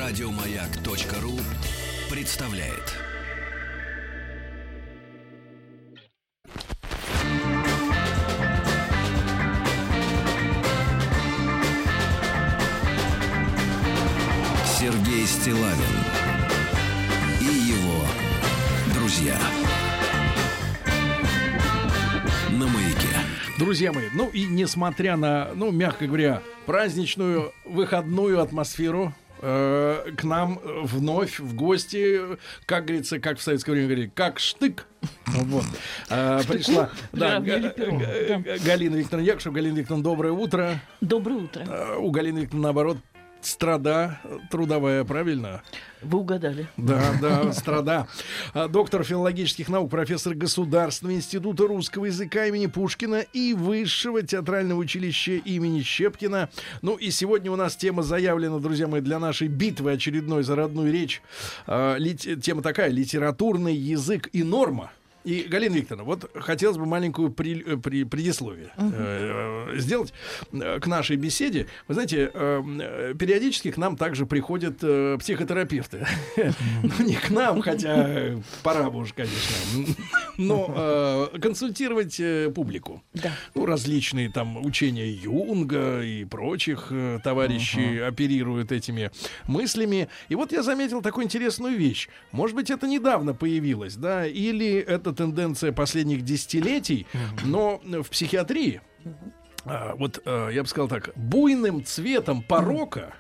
Радиомаяк.ру представляет. Сергей Стиллавин и его друзья на Маяке. Друзья мои, ну и несмотря на, мягко говоря, праздничную выходную атмосферу, к нам вновь в гости, как говорится, как в советское время говорили, как штык. Вот. Пришла Галина Викторовна Якушева. Галина Викторовна, доброе утро. Доброе утро. У Галины Викторовны, наоборот, страда трудовая, правильно? Вы угадали. Да, страда. Доктор филологических наук, профессор Государственного института русского языка имени Пушкина и Высшего театрального училища имени Щепкина. Ну и сегодня у нас тема заявлена, друзья мои, для нашей битвы очередной за родную речь. Тема такая: литературный язык и норма. И, Галина Викторовна, вот хотелось бы маленькую предисловие сделать к нашей беседе. Вы знаете, периодически к нам также приходят психотерапевты. Ну, не к нам, хотя пора бы уж, конечно, но консультировать публику. Ну, различные там учения Юнга и прочих товарищей оперируют этими мыслями. И вот я заметил такую интересную вещь. Может быть, это недавно появилось, да, или это тенденция последних десятилетий, но в психиатрии, я бы сказал так, буйным цветом порока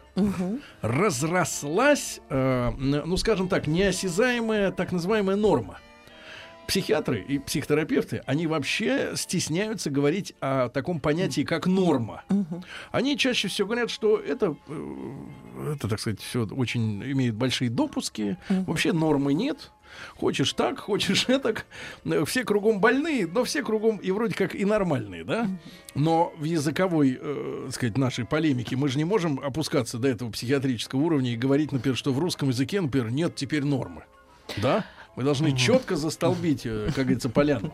разрослась, скажем так, неосязаемая так называемая норма. Психиатры и психотерапевты, они вообще стесняются говорить о таком понятии, как норма. Они чаще всего говорят, что это, так сказать, все очень имеет большие допуски. Вообще нормы нет. Хочешь так, хочешь этак. Все кругом больные, но все кругом и вроде как и нормальные, да? Но в языковой, так сказать, нашей полемике мы же не можем опускаться до этого психиатрического уровня и говорить, например, что в русском языке, например, нет теперь нормы. Да? Мы должны четко застолбить, как говорится, поляну.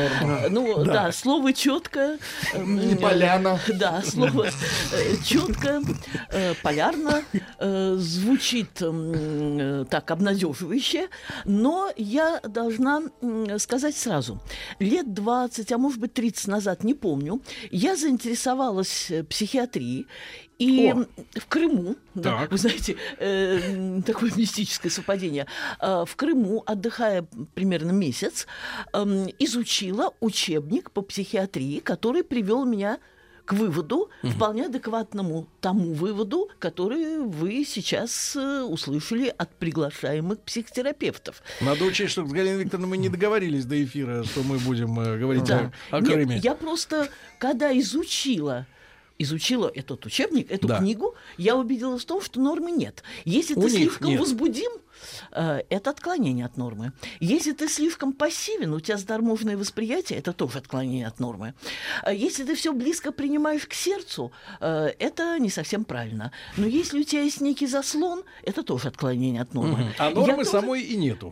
Да, слово четко. И поляна. Да, слово четко, полярно звучит так обнадеживающе, но я должна сказать сразу. Лет 20, а может быть 30 назад, не помню, я заинтересовалась психиатрией. И в Крыму, да, вы знаете, такое мистическое совпадение, в Крыму, отдыхая примерно месяц, изучила учебник по психиатрии, который привел меня к выводу, вполне адекватному тому выводу, который вы сейчас услышали от приглашаемых психотерапевтов. Надо учесть, что с Галиной Викторовной мы не договорились до эфира, что мы будем говорить о Крыме. Нет, я просто, когда изучила этот учебник, эту книгу, я убедилась в том, что нормы нет. Если ты слишком возбудим, это отклонение от нормы. Если ты слишком пассивен, у тебя заторможенное восприятие, это тоже отклонение от нормы. Если ты все близко принимаешь к сердцу, это не совсем правильно. Но если у тебя есть некий заслон, это тоже отклонение от нормы. А нормы самой и нету.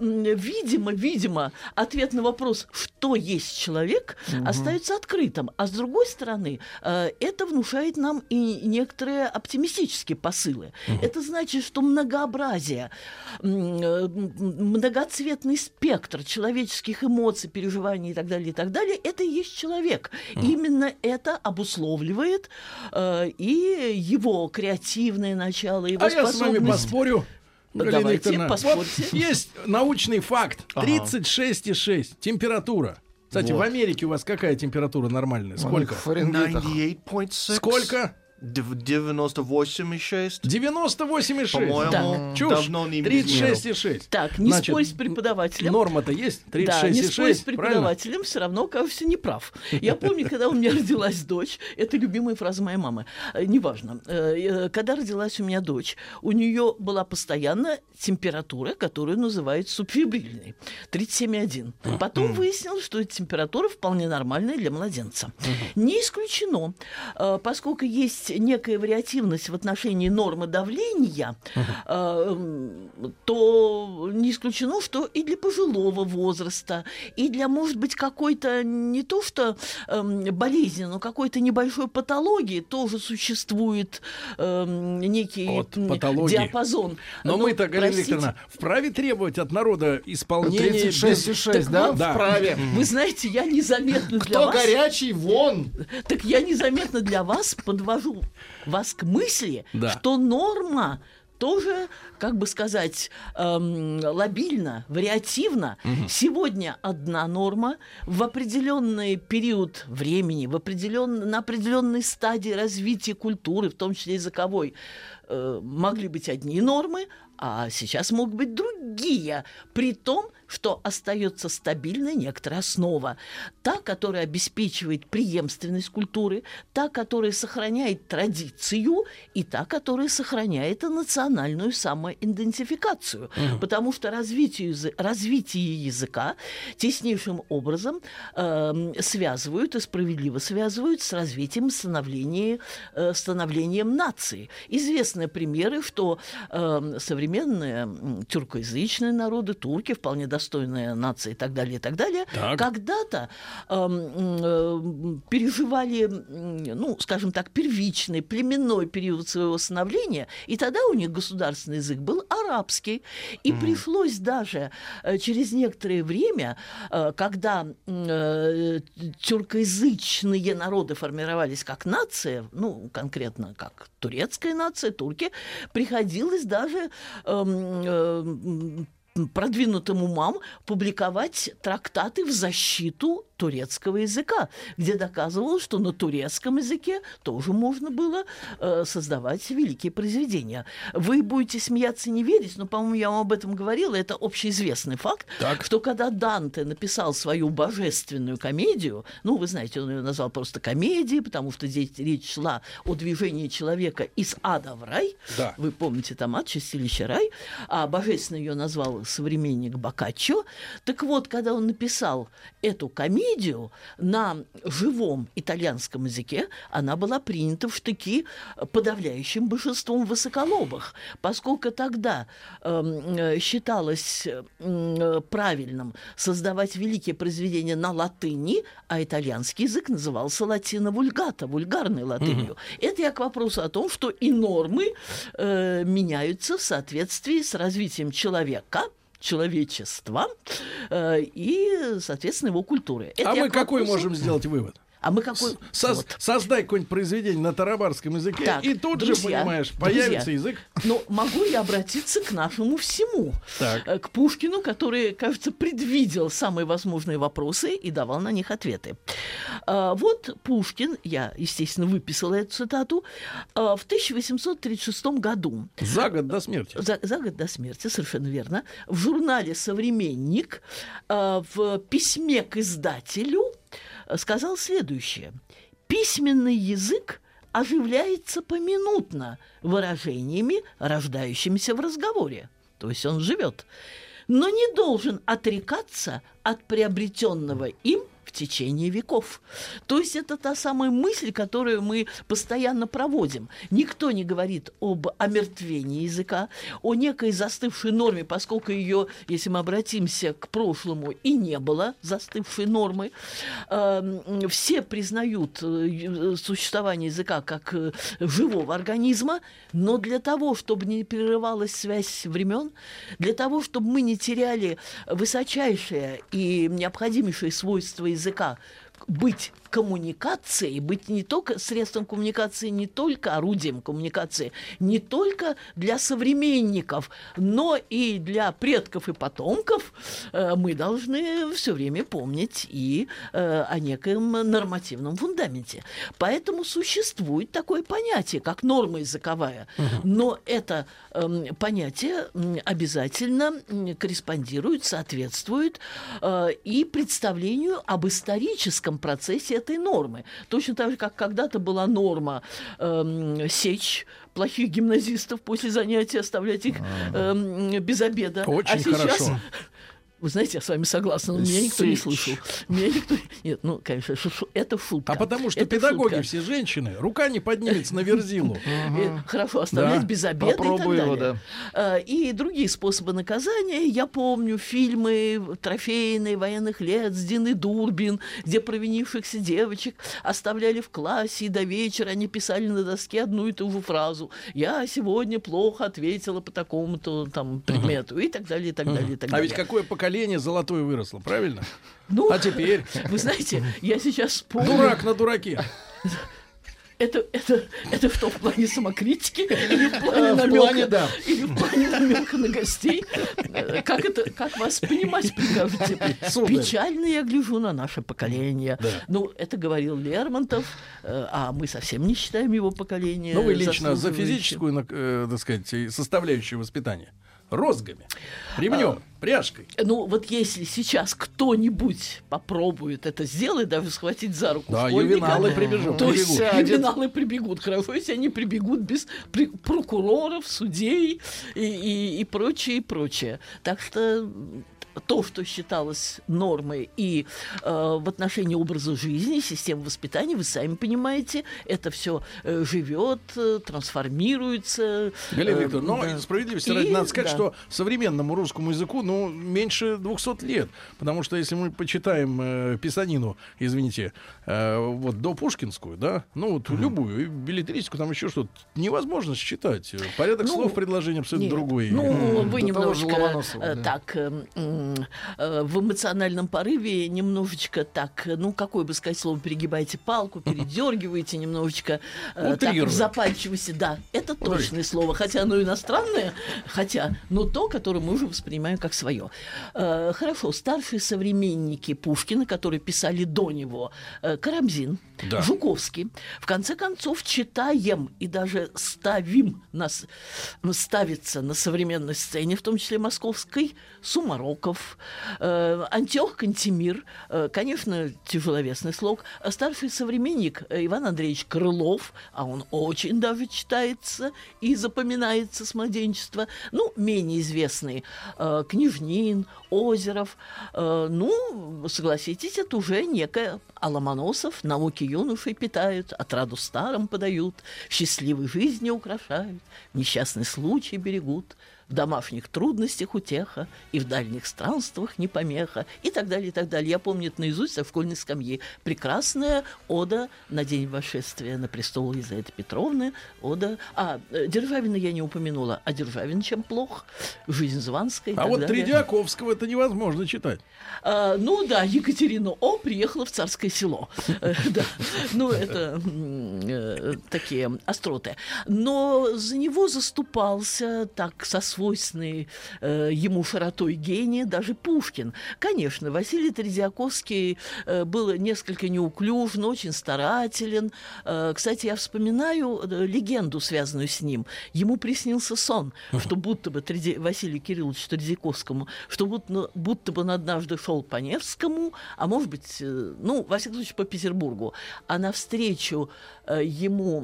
Видимо, ответ на вопрос, что есть человек, остается открытым. А с другой стороны, это внушает нам и некоторые оптимистические посылы. Это значит, что многообразие, многоцветный спектр человеческих эмоций, переживаний и так далее, это и есть человек. Именно это обусловливает и его креативное начало, его способность... я с вами поспорю. Давайте, поспорьте. Вот есть научный факт. 36,6 температура. Кстати, в Америке у вас какая температура нормальная? Сколько? 98.6. Сколько? 98,6. 98,6. По-моему, чушь. давно не измерил. 36,6. Так, не спорь с преподавателем. Норма-то есть? 36,6. Да, не спорь с преподавателем, все равно кажешься неправ. Я помню, когда у меня родилась дочь, это любимая фраза моей мамы, неважно, когда родилась у меня дочь, у нее была постоянно температура, которую называют субфебрильной, 37,1. Потом выяснилось, что эта температура вполне нормальная для младенца. Не исключено, поскольку есть есть некая вариативность в отношении нормы давления, то не исключено, что и для пожилого возраста, и для, может быть, какой-то не то что болезни, но какой-то небольшой патологии тоже существует некий диапазон. Но мы-то, Галина Викторовна, вправе требовать от народа исполнения... 36,6, да? Да. Вправе. Вы знаете, я незаметно для Кто вас... горячий, вон! Так я незаметно для вас подвожу вас к мысли, что норма тоже, как бы сказать, лобильно, вариативно. Сегодня одна норма в определенный период времени, на определенной стадии развития культуры, в том числе языковой, могли быть одни нормы, а сейчас могут быть другие, при том, что остается стабильная некоторая основа. Та, которая обеспечивает преемственность культуры, та, которая сохраняет традицию, и та, которая сохраняет национальную самоидентификацию. Потому что развитие языка теснейшим образом связывают и справедливо связывают с развитием становлением нации. Известны примеры, что современные тюркоязычные народы, турки, вполне достойная нация и так далее, когда-то переживали, ну, скажем так, первичный, племенной период своего становления, и тогда у них государственный язык был арабский. И пришлось даже через некоторое время, когда тюркоязычные народы формировались как нация, ну, конкретно как турецкая нация, турки, приходилось даже продвинутым умам публиковать трактаты в защиту турецкого языка, где доказывалось, что на турецком языке тоже можно было создавать великие произведения. Вы будете смеяться и не верить, но, по-моему, я вам об этом говорила, это общеизвестный факт, что когда Данте написал свою божественную комедию, ну, вы знаете, он ее назвал просто комедией, потому что здесь речь шла о движении человека из ада в рай, вы помните, там ад, чистилище, рай, а божественно ее назвал современник Боккаччо. Так вот, когда он написал эту комедию на живом итальянском языке, она была принята в штыки подавляющим большинством высоколобых, поскольку тогда считалось правильным создавать великие произведения на латыни, а итальянский язык назывался латино-вульгата, вульгарной латынью. Это я к вопросу о том, что и нормы меняются в соответствии с развитием человечества и, соответственно, его культуры. Это мы какой можем сделать вывод? А мы какой... Создай какое-нибудь произведение на тарабарском языке, так, и тут же, понимаешь, появится язык. Но могу я обратиться к нашему всему. К Пушкину, который, кажется, предвидел самые возможные вопросы и давал на них ответы. Вот Пушкин, я, естественно, выписала эту цитату, в 1836 году. За год до смерти. За год до смерти, совершенно верно. В журнале «Современник» в письме к издателю сказал следующее. «Письменный язык оживляется поминутно выражениями, рождающимися в разговоре». То есть он живет. «Но не должен отрекаться от приобретенного им в течение веков». То есть это та самая мысль, которую мы постоянно проводим. Никто не говорит об омертвении языка, о некой застывшей норме, поскольку ее, если мы обратимся к прошлому, и не было застывшей нормы. Все признают существование языка как живого организма, но для того, чтобы не прерывалась связь времен, для того, чтобы мы не теряли высочайшее и необходимейшее свойство языка быть коммуникацией, быть не только средством коммуникации, не только орудием коммуникации, не только для современников, но и для предков и потомков, мы должны все время помнить и о некоем нормативном фундаменте. Поэтому существует такое понятие, как норма языковая, но это понятие обязательно корреспондирует, соответствует и представлению об историческом процессе этой нормы. Точно так же, как когда-то была норма сечь плохих гимназистов после занятий, оставлять их без обеда. Очень сейчас... хорошо. Вы знаете, я с вами согласна, но меня никто не слышал. Меня никто... Нет, ну, конечно, это шутка. А потому что это педагоги шутка. все женщины, рука не поднимется на верзилу. Хорошо, оставлять Да. без обеда Попробуй и так его, далее. И другие способы наказания. Я помню фильмы трофейные военных лет с Диной Дурбин, где провинившихся девочек оставляли в классе, и до вечера они писали на доске одну и ту же фразу. «Я сегодня плохо ответила по такому-то там предмету», и так далее, и так далее, и так А далее. ведь какое поколение золотое выросло, правильно? Ну, А теперь вы знаете, я сейчас вспомню... дурак на дураке. Это что, в плане самокритики? Или в плане В намека? плане, да. Или в плане намека на гостей? Как вас понимать прикажете? Сударь. Печально я гляжу на наше поколение. Да. Ну, это говорил Лермонтов, а мы совсем не считаем его поколение Ну, вы лично за заслуживающим. физическую, так сказать, составляющую воспитания. Розгами, ремнем, пряжкой. Ну, вот если сейчас кто-нибудь попробует это сделать, даже схватить за руку Да, школьника, ювеналы прибежат. то прибегут. ювеналы прибегут. Хорошо, если они прибегут без прокуроров, судей и прочее, и прочее. Так что то, что считалось нормой и в отношении образа жизни, системы воспитания, вы сами понимаете, это все живет, трансформируется. Галина Викторовна, но да. справедливости И, ради надо сказать, да. что современному русскому языку, меньше 200 лет. Потому что если мы почитаем писанину, извините, вот до Пушкинскую, да, любую, и беллетристику, там еще что-то, невозможно считать. Порядок Ну, слов, предложений абсолютно Нет. другой. Ну, вы До того же немножко Ломоносова, да. так в эмоциональном порыве немножечко так, какое бы сказать слово, перегибаете палку, передергиваете немножечко так, Утрируете. в запальчивости. Да, это точное слово, хотя оно иностранное, но то, которое мы уже воспринимаем как свое. Хорошо, старшие современники Пушкина, которые писали до него, Карамзин, Да. Жуковский, в конце концов читаем и даже ставится на современной сцене, в том числе московской, Сумароков, Антиох Кантемир, конечно, тяжеловесный слог, старший современник Иван Андреевич Крылов, а он очень даже читается и запоминается с младенчества, менее известный Княжнин, Озеров, согласитесь, это уже некое, а Ломоносов науки юношей питают, отраду старым подают, счастливой жизни украшают, несчастный случай берегут, в домашних трудностях утеха, и в дальних странствах не помеха, и так далее, и так далее. Я помню это наизусть со школьной скамьи. Прекрасная ода на день восшествия на престол Елизаветы Петровны. Ода... Державина я не упомянула. А Державин чем плох? Жизнь Званская и А так вот далее. Тредиаковского это невозможно читать. Екатерина О. приехала в Царское Село. Да. Это такие остроты. Но за него заступался так со свойственной ему широтой гения даже Пушкин. Конечно, Василий Тредиаковский был несколько неуклюж, но очень старателен. Кстати, я вспоминаю легенду, связанную с ним. Ему приснился сон, что будто бы Василию Кирилловичу Тредиаковскому, что будто бы он однажды шел по Невскому, а может быть, во всяком случае, по Петербургу, а навстречу ему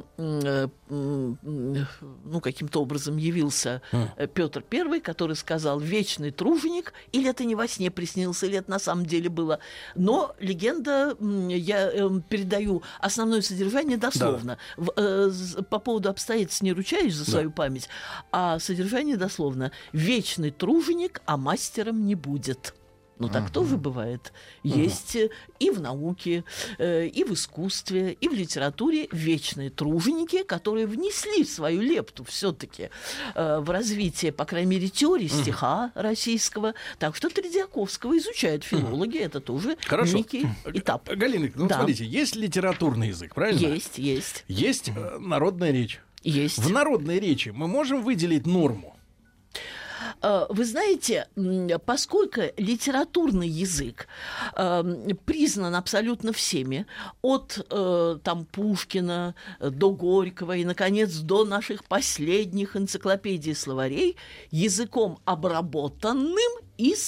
каким-то образом явился Петр I, который сказал: «Вечный труженик», или это не во сне приснился, или это на самом деле было. Но легенда, я передаю основное содержание дословно. По поводу обстоятельств не ручаюсь за свою память, а содержание дословно: «Вечный труженик, а мастером не будет». Так тоже бывает. Есть и в науке, и в искусстве, и в литературе вечные труженики, которые внесли свою лепту все-таки в развитие, по крайней мере, теории стиха российского. Так что Тредиаковского изучают филологи. Это тоже некий этап. Галина, смотрите, есть литературный язык, правильно? Есть. Есть народная речь. Есть. В народной речи мы можем выделить норму? Вы знаете, поскольку литературный язык признан абсолютно всеми, от Пушкина до Горького и, наконец, до наших последних энциклопедий и словарей, языком обработанным из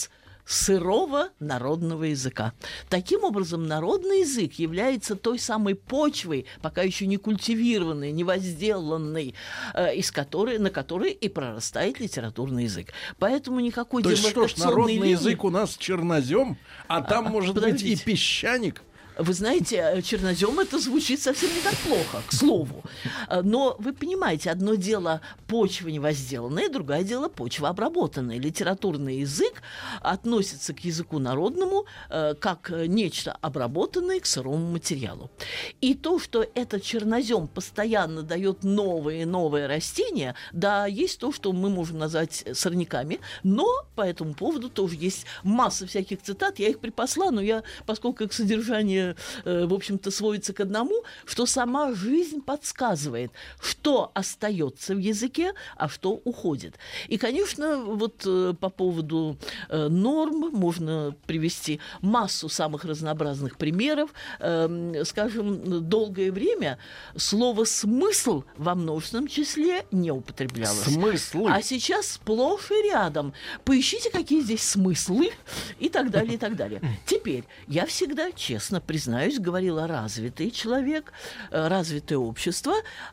сырого народного языка. Таким образом, народный язык является той самой почвой, пока еще не культивированной, не возделанной, на которой и прорастает литературный язык. Поэтому никакой То есть что ж, демаркационной народный линии... язык у нас чернозем, а там может быть и подождите. песчаник. Вы знаете, чернозем это звучит совсем не так плохо, к слову. Но вы понимаете, одно дело почва невозделанная, другое дело почва обработанная. Литературный язык относится к языку народному как нечто обработанное к сырому материалу. И то, что этот чернозем постоянно дает новые и новые растения, да, есть то, что мы можем назвать сорняками, но по этому поводу тоже есть масса всяких цитат, я их припасла, но поскольку их содержание в общем-то, сводится к одному, что сама жизнь подсказывает, что остается в языке, а что уходит. И, конечно, вот по поводу норм можно привести массу самых разнообразных примеров. Скажем, долгое время слово «смысл» во множественном числе не употреблялось. Смыслы. А сейчас сплошь и рядом. Поищите, какие здесь смыслы, и так далее, и так далее. Теперь, я всегда, честно признаюсь, говорила развитый человек, развитое общество.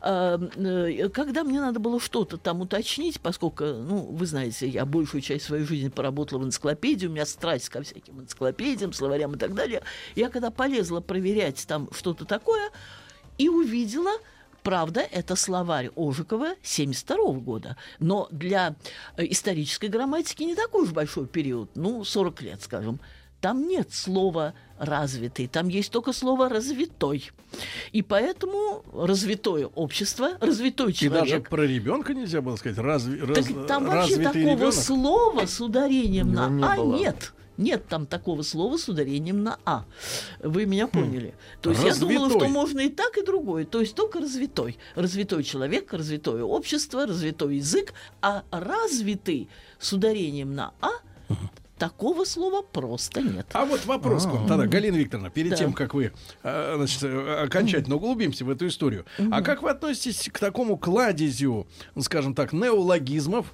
Когда мне надо было что-то там уточнить, поскольку, вы знаете, я большую часть своей жизни поработала в энциклопедии, у меня страсть ко всяким энциклопедиям, словарям и так далее. Я когда полезла проверять там что-то такое, и увидела... Правда, это словарь Ожегова 1972 года. Но для исторической грамматики не такой уж большой период, 40 лет, скажем. Там нет слова «развитый», там есть только слово «развитой». И поэтому развитое общество, развитой человек... И даже про ребенка нельзя было сказать там вообще такого ребенок? Слова с ударением на не «а» было. нет. Нет там такого слова с ударением на «а». Вы меня поняли. То есть я думала, Развитой. что можно и так, и другое. То есть только развитой. Развитой человек, развитое общество, развитой язык. А развитый с ударением на «а» такого слова просто нет. А вот вопрос к вам тогда, Галина Викторовна, перед Да. тем, как вы окончательно углубимся в эту историю. А как вы относитесь к такому кладезю, скажем так, неологизмов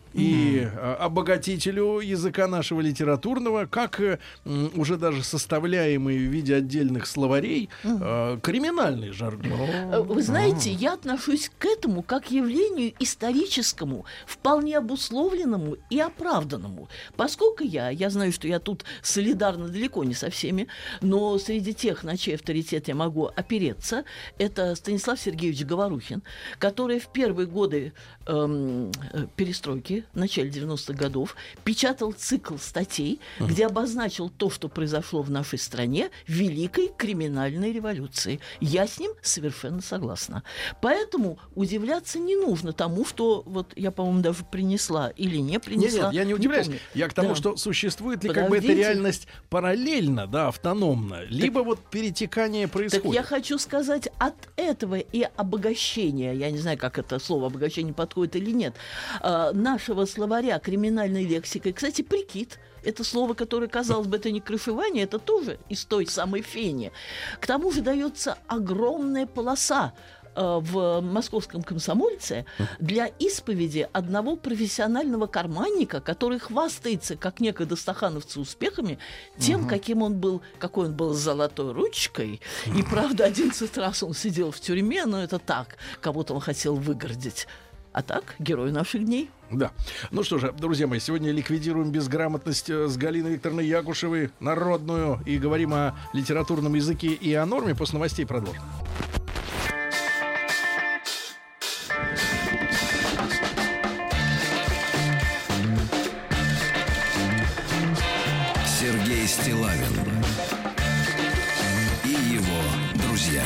и обогатителю языка нашего литературного, как уже даже составляемый в виде отдельных словарей криминальный жаргон? Вы знаете, я отношусь к этому как к явлению историческому, вполне обусловленному и оправданному. Поскольку я знаю, что я тут солидарна далеко не со всеми, но среди тех, на чей авторитет я могу опереться, это Станислав Сергеевич Говорухин, который в первые годы перестройки, в начале 90-х годов, печатал цикл статей, где обозначил то, что произошло в нашей стране в Великой криминальной революции. Я с ним совершенно согласна. Поэтому удивляться не нужно тому, что вот я, по-моему, даже принесла или не принесла. Нет, я не удивляюсь. помню. Я к тому, Да. что существует ли как бы эта Подождите. реальность параллельно, да, автономно, либо вот перетекание происходит. Так я хочу сказать, от этого и обогащения, я не знаю, как это слово обогащение подходит или нет, нашего словаря криминальной лексикой, кстати, прикид, это слово, которое, казалось бы, это не крышевание, это тоже из той самой фени. К тому же дается огромная полоса в «Московском комсомольце» для исповеди одного профессионального карманника, который хвастается, как некогда стахановцы, успехами, тем, какой он был с золотой ручкой. И, правда, 11 раз он сидел в тюрьме, но это так, кого-то он хотел выгородить. А так, герой наших дней. Да. Ну что же, друзья мои, сегодня ликвидируем безграмотность с Галиной Викторовной Якушевой, народную, и говорим о литературном языке и о норме. После новостей продолжим. Сергей Стиллавин и его друзья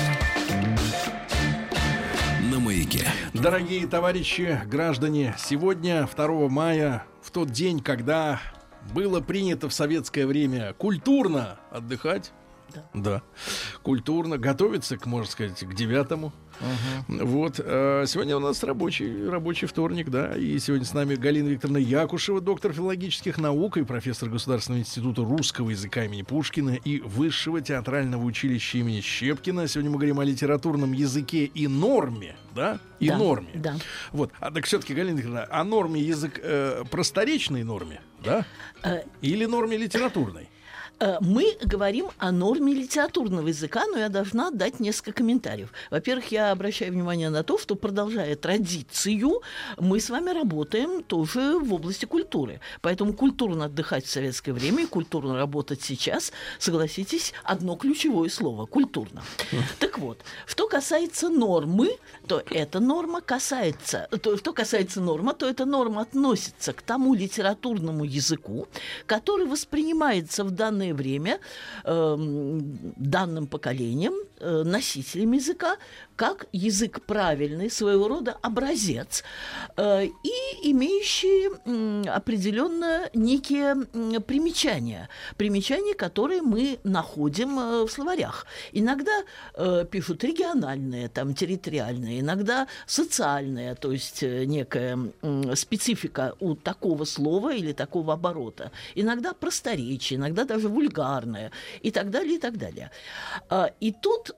на Маяке. Дорогие товарищи, граждане, сегодня, 2 мая, в тот день, когда было принято в советское время культурно отдыхать, Да. Культурно. Готовится, можно сказать, к 9-му. Вот. Сегодня у нас рабочий вторник, да. И сегодня с нами Галина Викторовна Якушева, доктор филологических наук и профессор Государственного института русского языка имени Пушкина и Высшего театрального училища имени Щепкина. Сегодня мы говорим о литературном языке и норме, да? И норме. Да. Вот. Так все-таки, Галина Викторовна, о норме язык, просторечной норме, да? Или норме литературной? Мы говорим о норме литературного языка, но я должна дать несколько комментариев. Во-первых, я обращаю внимание на то, что, продолжая традицию, мы с вами работаем тоже в области культуры. Поэтому культурно отдыхать в советское время и культурно работать сейчас, согласитесь, одно ключевое слово – культурно. Так вот, что касается нормы, то эта норма касается... Что касается нормы, то эта норма относится к тому литературному языку, который воспринимается в данное время данным поколением, носителями языка, как язык правильный, своего рода образец, и имеющий определенно некие примечания, которые мы находим в словарях. Иногда пишут региональные, там, территориальные, иногда социальные, то есть некая специфика у такого слова или такого оборота, иногда просторечие, иногда даже вульгарное и так далее, и так далее. И тут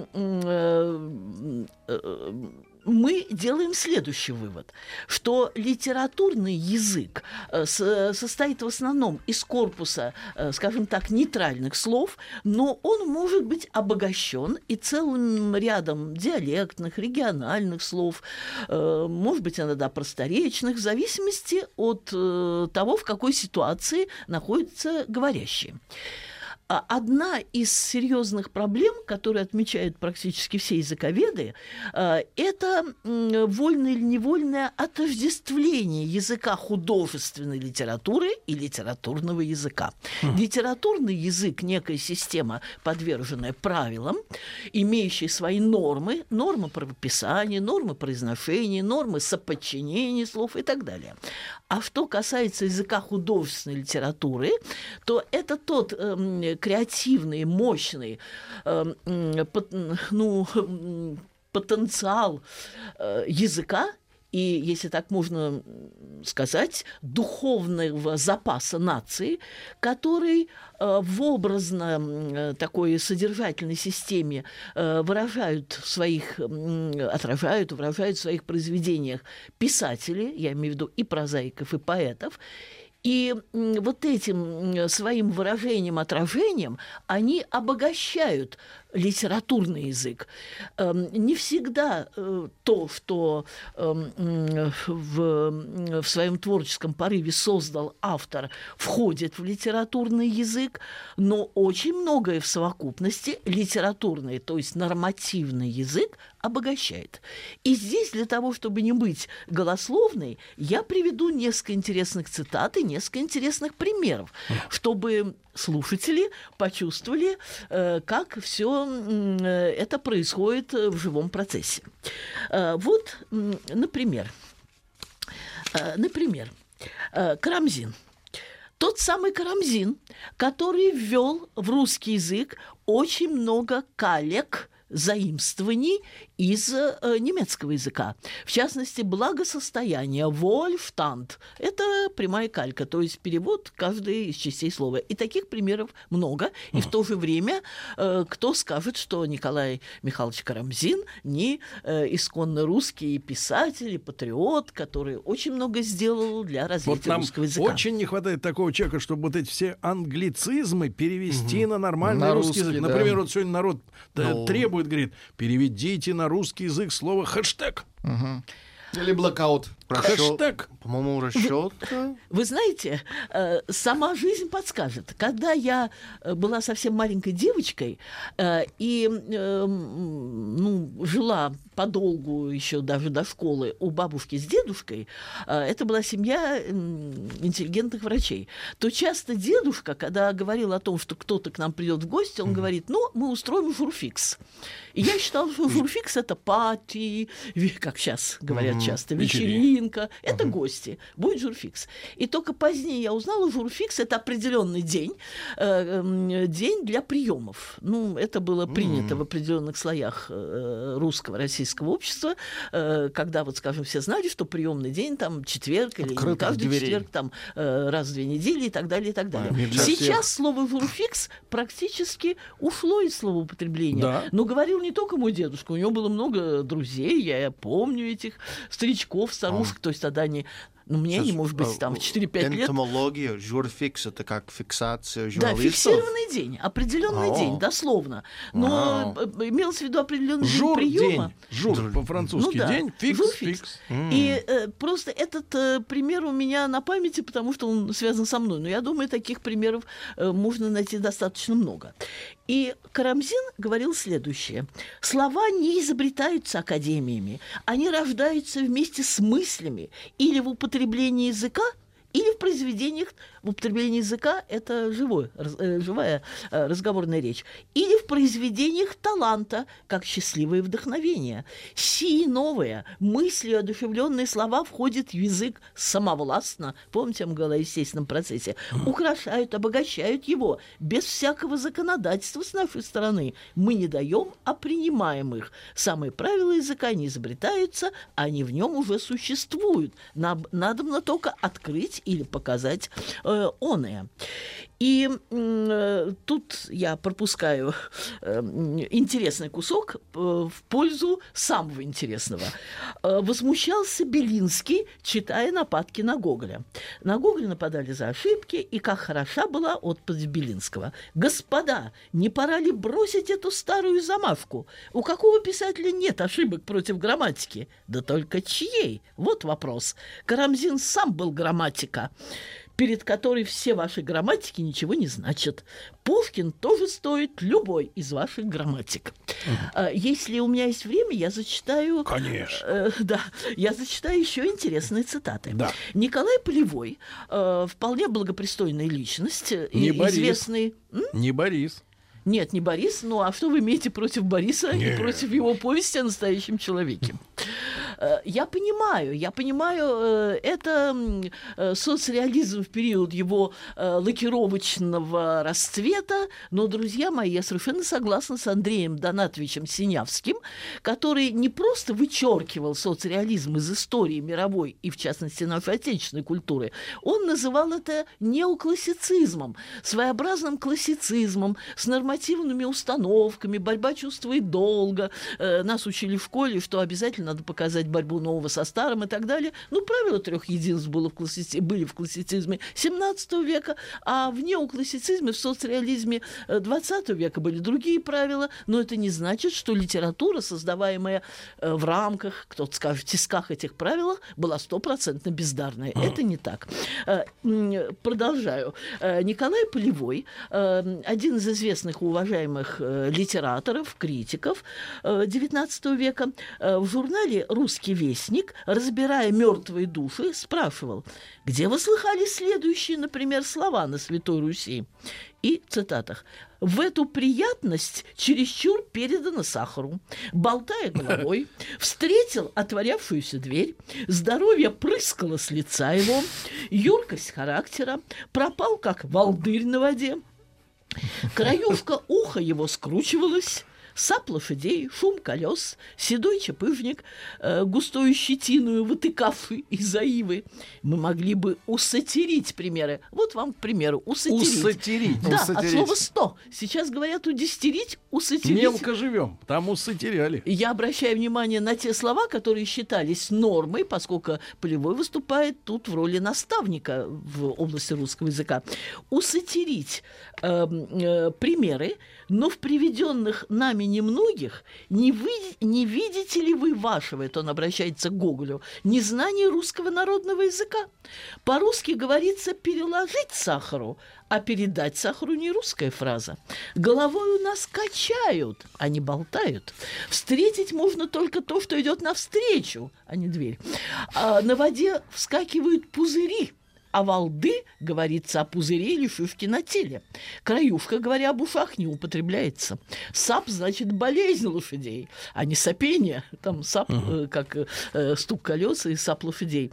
мы делаем следующий вывод, что литературный язык состоит в основном из корпуса, скажем так, нейтральных слов, но он может быть обогащен и целым рядом диалектных, региональных слов, может быть, иногда просторечных, в зависимости от того, в какой ситуации находится говорящий. Одна из серьезных проблем, которые отмечают практически все языковеды, это вольное или невольное отождествление языка художественной литературы и литературного языка. Литературный язык – некая система, подверженная правилам, имеющая свои нормы правописания, нормы произношения, нормы соподчинения слов и так далее. А что касается языка художественной литературы, то это тот креативный, мощный потенциал языка, и, если так можно сказать, духовного запаса нации, который в образно такой содержательной системе выражают в своих произведениях писатели, я имею в виду и прозаиков, и поэтов. И вот этим своим выражением, отражением они обогащают литературный язык. Не всегда то, что в своем творческом порыве создал автор, входит в литературный язык, но очень многое в совокупности литературный, то есть нормативный язык, обогащает. И здесь, для того, чтобы не быть голословной, я приведу несколько интересных цитат и несколько интересных примеров, чтобы слушатели почувствовали, как все это происходит в живом процессе. Вот, например, Карамзин. Тот самый Карамзин, который ввел в русский язык очень много калек, заимствований из немецкого языка. В частности, благосостояние, Wohlstand. Это прямая калька, то есть перевод каждой из частей слова. И таких примеров много. И в то же время кто скажет, что Николай Михайлович Карамзин не исконно русский писатель и патриот, который очень много сделал для развития русского языка. Очень не хватает такого человека, чтобы вот эти все англицизмы перевести на нормальный русский язык. Да. Например, вот сегодня народ требует, говорит, переведите на русский язык слово хэштег. Или блокаут. Хэштег. По-моему, расчет. Вы знаете, сама жизнь подскажет. Когда я была совсем маленькой девочкой и жила подолгу еще даже до школы у бабушки с дедушкой, это была семья интеллигентных врачей, то часто дедушка, когда говорил о том, что кто-то к нам придет в гости, он говорит, мы устроим журфикс. И я считала, что журфикс — это пати, как сейчас говорят часто, вечеринка, вечеринка, это гости, будет журфикс. И только позднее я узнала, журфикс — это определенный день для приемов. Ну, это было принято в определенных слоях русского, российского общества, когда, вот, скажем, все знали, что приемный день там четверг или не каждый четверг, там раз в 2 недели и так далее, и так далее. Сейчас слово журфикс практически ушло из словоупотребления. Да. Но говорил не только мой дедушка, у него было много друзей, я помню этих старичков, старушек, то есть тогда они... Ну, мне не может быть там в 4-5 лет. Энтомология, журфикс, это как фиксация журналистов? Да, фиксированный день, определенный день, дословно. Но имелось в виду определенный день приема. Жур по-французски, день, фикс. И просто этот пример у меня на памяти, потому что он связан со мной. Но я думаю, таких примеров можно найти достаточно много. И Карамзин говорил следующее. Слова не изобретаются академиями, они рождаются вместе с мыслями или в употреблении языка, или в произведениях, в употреблении языка это живая разговорная речь, или в произведениях таланта, как счастливое вдохновение. Сии новые, мыслью одушевленные слова входят в язык самовластно, помните, я вам говорила о естественном процессе, украшают, обогащают его, без всякого законодательства с нашей стороны. Мы не даем, а принимаем их. Самые правила языка не изобретаются, они в нем уже существуют. Надобно только открыть или показать оное. И тут я пропускаю интересный кусок в пользу самого интересного. Возмущался Белинский, читая нападки на Гоголя. На Гоголя нападали за ошибки, и как хороша была отповедь Белинского. «Господа, не пора ли бросить эту старую замашку? У какого писателя нет ошибок против грамматики? Да только чьей? Вот вопрос. Карамзин сам был грамматика, перед которой все ваши грамматики ничего не значат. Пушкин тоже стоит любой из ваших грамматик». Если у меня есть время, я зачитаю... Конечно. Да, я зачитаю еще интересные цитаты. Да. Николай Полевой, вполне благопристойная личность, известный... Не Борис. Нет, не Борис. Ну, а что вы имеете против Бориса и против его повести о настоящем человеке? Я понимаю, это соцреализм в период его лакировочного расцвета, но, друзья мои, я совершенно согласна с Андреем Донатовичем Синявским, который не просто вычеркивал соцреализм из истории мировой и, в частности, нашей отечественной культуры, он называл это неоклассицизмом, своеобразным классицизмом, с нормативными установками, борьба чувства и долга. Нас учили в школе, что обязательно надо показать борьбу нового со старым и так далее. Ну, правило 3 единств были в классицизме XVII века, а в неоклассицизме, в соцреализме XX века были другие правила, но это не значит, что литература, создаваемая в рамках, кто-то скажет, в тисках этих правил, была 100% бездарная. Это не так. Продолжаю. Николай Полевой, один из известных и уважаемых литераторов, критиков XIX века, в журнале «Русский вестник», разбирая мертвые души, спрашивал, где вы слыхали следующие, например, слова на Святой Руси? И в цитатах: «В эту приятность чересчур передано сахару. Болтая головой, встретил отворявшуюся дверь, здоровье прыскало с лица его, юркость характера, пропал, как волдырь на воде. Краюшка уха его скручивалась, сап лошадей, шум колес, седой чепыжник, густую щетину вытыкавший из-за ивы. Мы могли бы усатирить примеры. Вот вам, к примеру, усатирить. Усатирить. Да, усатирить. от слова «сто». Сейчас говорят удестерить, усатирить. Мелко живем, там усатиряли. Я обращаю внимание на те слова, которые считались нормой, поскольку Полевой выступает тут в роли наставника в области русского языка. Усатирить примеры, но в приведенных нами немногих не видите ли вы вашего, это он обращается к Гоголю, незнания русского народного языка? По-русски говорится «переложить сахару», а передать сахару не русская фраза. Головой у нас качают, а не болтают. Встретить можно только то, что идет навстречу, а не дверь. На воде вскакивают пузыри, А волды говорится о пузыре или шишке на теле. Краюшка, говоря об ушах, не употребляется. Сап значит болезнь лошадей, а не сопение. Там сап, как стук колес и сап лошадей.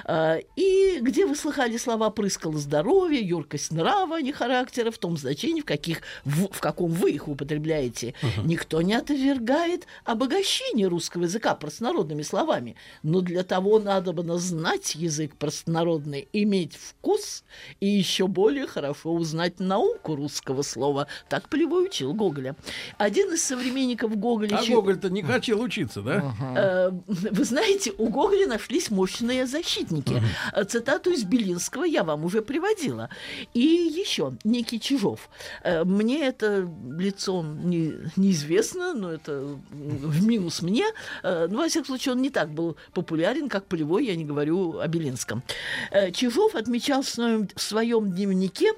И где вы слыхали слова «прыскало здоровье», «юркость нрава», а не характера, в том значении, в каком вы их употребляете. Никто не отвергает обогащение русского языка простонародными словами. Но для того надобно знать язык простонародный, иметь вкус и еще более хорошо узнать науку русского слова. Так Полевой учил Гоголя. Один из современников Гоголя... А Гоголь-то не хотел учиться, да? Вы знаете, у Гоголя нашлись мощные защитники. Цитату из Белинского я вам уже приводила. И еще некий Чижов. Мне это лицо неизвестно, но это в минус мне. Но, во всяком случае, он не так был популярен, как Полевой, я не говорю о Белинском. Чижов отмечал в своем дневнике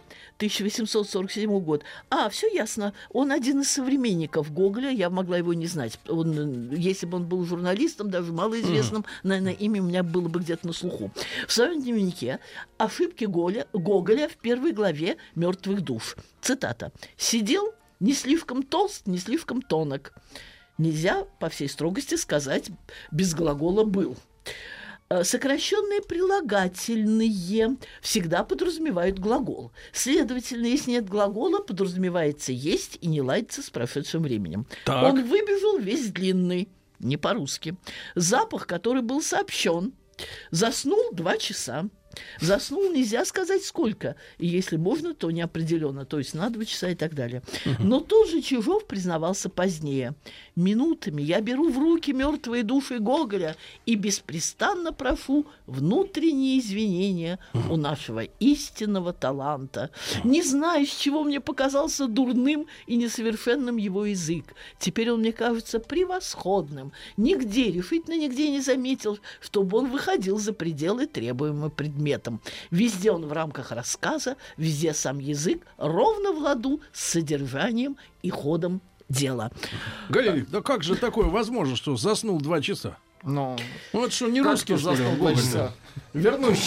1847 год. Все ясно. Он один из современников Гоголя. Я могла его не знать. Если бы он был журналистом, даже малоизвестным, наверное, имя у меня было бы где-то на слуху. В своем дневнике ошибки Гоголя в первой главе «Мертвых душ». Цитата. «Сидел не слишком толст, не слишком тонок». Нельзя по всей строгости сказать без глагола «был». Сокращенные прилагательные всегда подразумевают глагол. Следовательно, если нет глагола, подразумевается «есть» и не ладится с прошедшим временем. Так. Он выбежал весь длинный, не по-русски. Запах, который был сообщен. Заснул 2 часа. Заснул нельзя сказать сколько. И если можно, то неопределенно. То есть на 2 часа и так далее. Но тут же Чижов признавался позднее. Минутами я беру в руки мертвые души Гоголя и беспрестанно прошу внутренние извинения у нашего истинного таланта. Не знаю, с чего мне показался дурным и несовершенным его язык. Теперь он мне кажется превосходным. Решительно нигде не заметил, чтобы он выходил за пределы требуемого предмета. Везде он в рамках рассказа, везде сам язык ровно в ладу с содержанием и ходом дела. Галина, да как же такое возможно, что заснул 2 часа? Ну, это что, не русский, что ли? заснул 2 часа? Вернусь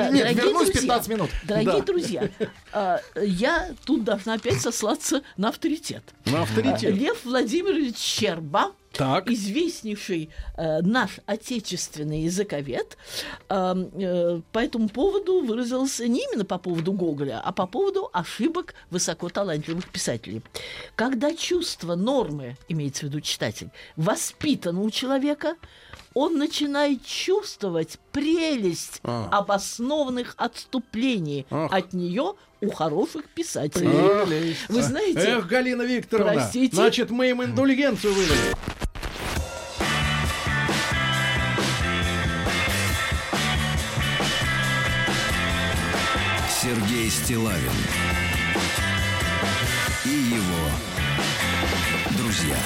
15 минут. Дорогие друзья, я тут должна опять сослаться на авторитет. На авторитет. Лев Владимирович Щерба, Так. известнейший наш отечественный языковед, по этому поводу выразился не именно по поводу Гоголя, а по поводу ошибок высокоталантливых писателей. Когда чувство нормы, имеется в виду читатель, воспитано у человека, он начинает чувствовать прелесть обоснованных отступлений от нее у хороших писателей. Вы знаете... Эх, Галина Викторовна, простите? значит, мы им индульгенцию выдали. Сергей Стиллавин и его друзья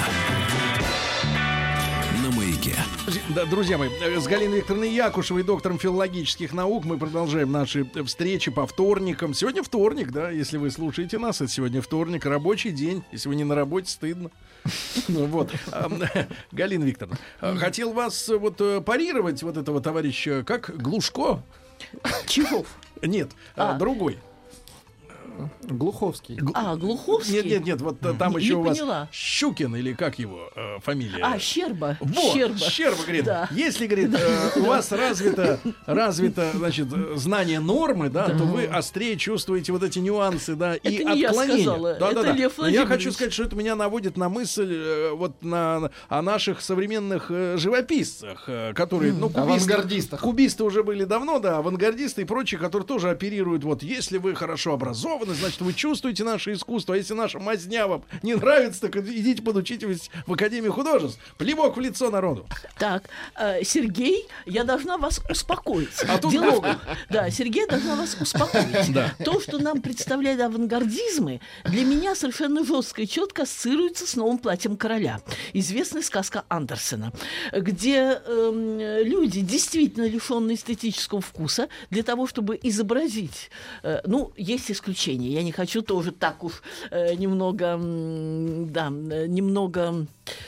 на Маяке. Да, друзья мои, с Галиной Викторовной Якушевой, доктором филологических наук, мы продолжаем наши встречи по вторникам. Сегодня вторник, да, если вы слушаете нас, это сегодня вторник, рабочий день. Если вы не на работе, стыдно. Ну вот, Галина Викторовна, хотел вас вот парировать вот этого товарища, как Глушко? Чего? Нет, другой. Глуховский. Глуховский? Нет, вот там еще у вас поняла. Щукин, или как его фамилия? Щерба. Вот, Щерба говорит, Да. если, говорит, у вас развито, значит, знание нормы, да, то вы острее чувствуете вот эти нюансы, да, и Это не отклонения. я сказала, Да. Лев Но я Владимирович. хочу сказать, что это меня наводит на мысль о наших современных живописцах, которые, авангардистах. Кубисты уже были давно, да, авангардисты и прочие, которые тоже оперируют, вот, если вы хорошо образованы, значит, вы чувствуете наше искусство, а если наша мазня вам не нравится, так идите подучитесь в Академию художеств. Плевок в лицо народу. Так, Сергей, я должна вас успокоить. А тут Дело в Гоголь. том, да, Сергей должна вас успокоить. Да. То, что нам представляли авангардизмы, для меня совершенно жестко и четко ассоциируется с «Новым платьем короля». Известная сказка Андерсена, где люди, действительно лишенные эстетического вкуса, для того, чтобы изобразить, есть исключения. Я не хочу тоже так уж немного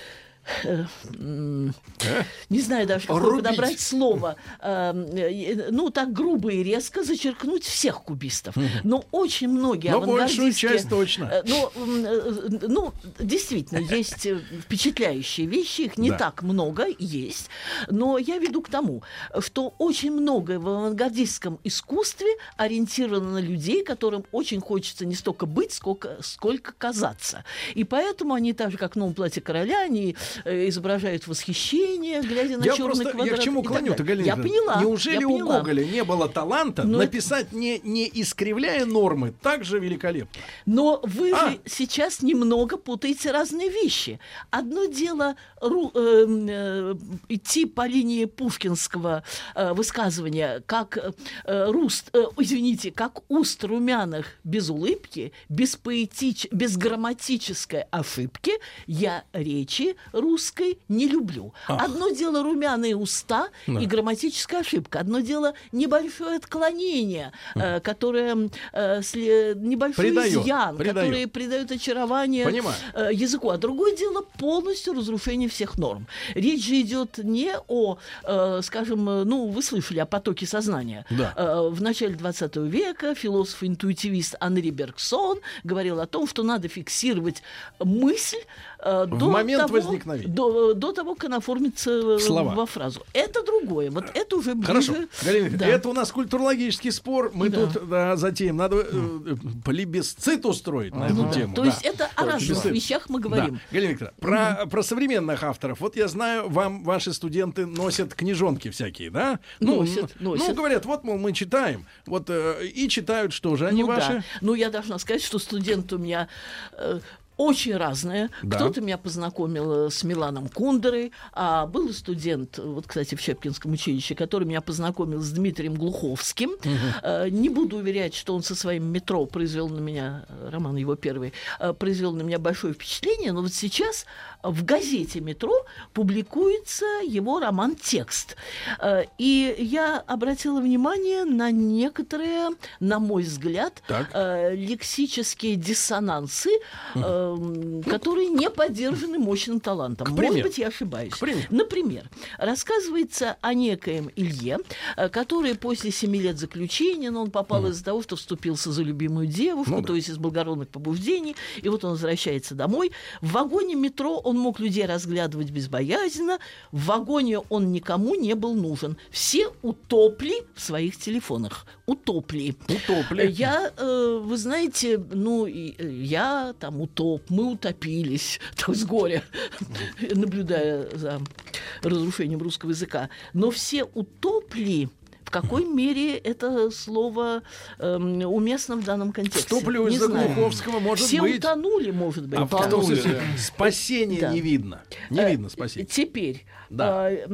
не знаю даже, какое подобрать слово, ну, так грубо и резко зачеркнуть всех кубистов. Но очень многие авангардистские... большую часть точно. Ну, действительно, есть впечатляющие вещи, их не так много, есть. Но я веду к тому, что очень многое в авангардистском искусстве ориентировано на людей, которым очень хочется не столько быть, сколько казаться. И поэтому они, так же, как в «Новом платье короля», они изображают восхищение, глядя на черный квадрат. Я к чему клоню-то, Галина? Я поняла. Неужели у Гоголя не было таланта написать, не искривляя нормы, так же великолепно? Но вы же сейчас немного путаете разные вещи. Одно дело идти по линии пушкинского высказывания, как как уст румяных без улыбки, без грамматической ошибки, я речи русской не люблю. Одно дело румяные уста и грамматическая ошибка. Одно дело небольшое отклонение, которое небольшой изъян, который придает очарование языку. А другое дело полностью разрушение всех норм. Речь же идет не о, скажем, ну, вы слышали о потоке сознания. В начале 20 века философ-интуитивист Анри Бергсон говорил о том, что надо фиксировать мысль до того, как она оформится во фразу. Это другое. Вот это уже ближе. Хорошо. Галина, это у нас культурологический спор. Мы тут затеем. Надо плебисцит устроить на эту тему. То есть это о разных вещах мы говорим. Галина Викторовна, про современных авторов. Вот я знаю, ваши студенты носят книжонки всякие, да? Носят. Ну, говорят, вот, мол, мы читаем. Вот и читают, что же они ваши? Да. Ну, я должна сказать, что студенты у меня... очень разные. Кто-то меня познакомил с Миланом Кундерой, а был студент, вот, кстати, в Щепкинском училище, который меня познакомил с Дмитрием Глуховским. Не буду уверять, что он со своим «Метро» произвел на меня, роман его первый, произвел на меня большое впечатление, но вот сейчас в газете «Метро» публикуется его роман «Текст». И я обратила внимание на некоторые, на мой взгляд, лексические диссонансы, которые не поддержаны мощным талантом. Может быть, я ошибаюсь. Например, рассказывается о некоем Илье, который после 7 лет заключения, но он попал из-за того, что вступился за любимую девушку, то есть из благородных побуждений, и вот он возвращается домой. В вагоне метро он мог людей разглядывать безбоязненно, в вагоне он никому не был нужен. Все утопли в своих телефонах. Утопли. Я, вы знаете, я там мы утопились с горя, наблюдая за разрушением русского языка. Но все утопли. В какой мере это слово уместно в данном контексте? Вступлю из-за Глуховского, может все быть. Все утонули, может быть. Спасения не видно. Не видно спасения. Теперь я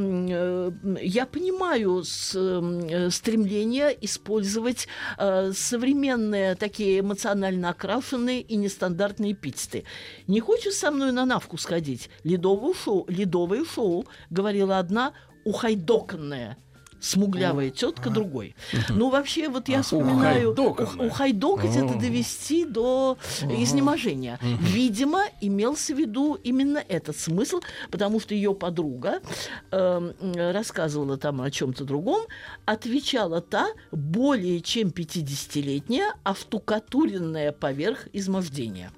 понимаю стремление использовать современные такие эмоционально окрашенные и нестандартные эпитеты. Не хочешь со мной на навку сходить? Ледовое шоу, говорила одна ухайдоканная. Смуглявая тетка другой. Ну, вообще, вот я вспоминаю, ухайдокать это довести до изнеможения. Видимо, имелся в виду именно этот смысл, потому что ее подруга рассказывала там о чем-то другом, отвечала та более чем 50-летняя, оштукатуренная поверх измождения.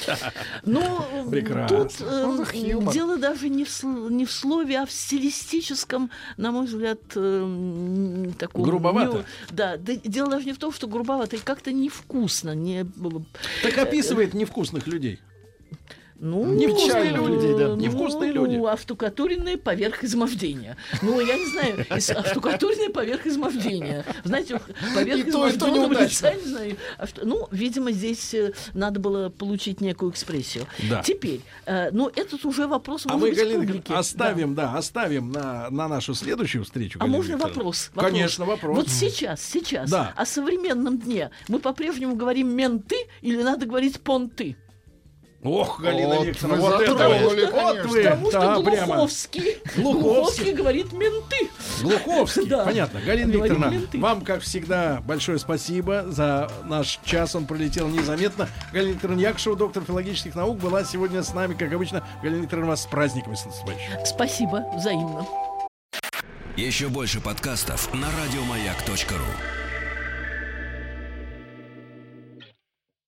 Но тут дело даже не в слове, а в стилистическом, на мой взгляд, таком... Грубовато? Да, дело даже не в том, что грубовато, и как-то невкусно. Так описывает невкусных людей. Невкусные люди, невкусные люди. Оштукатуренные поверх измождения. Я не знаю, оштукатуренные поверх измождения. Знаете, поверх изможденного лица, не знаю. Видимо, здесь надо было получить некую экспрессию. Да. Теперь, этот уже вопрос, может быть, публики. Оставим на нашу следующую встречу. А можно вопрос? Конечно, вопрос. Вот сейчас, о современном дне мы по-прежнему говорим менты или надо говорить понты? Ох, Галина Вот Викторовна, вы вот это затронули, вот. Вот конечно. вы, Потому что да, прямо. Глуховский говорит менты. Глуховский, Да. понятно. Галина Говорит Викторовна, менты. вам, как всегда, большое спасибо за наш час. Он пролетел незаметно. Галина Викторовна Якушева, доктор филологических наук, была сегодня с нами, как обычно. Галина Викторовна, вас с праздниками с наступающим. Спасибо, взаимно. Еще больше подкастов на радиомаяк.ру.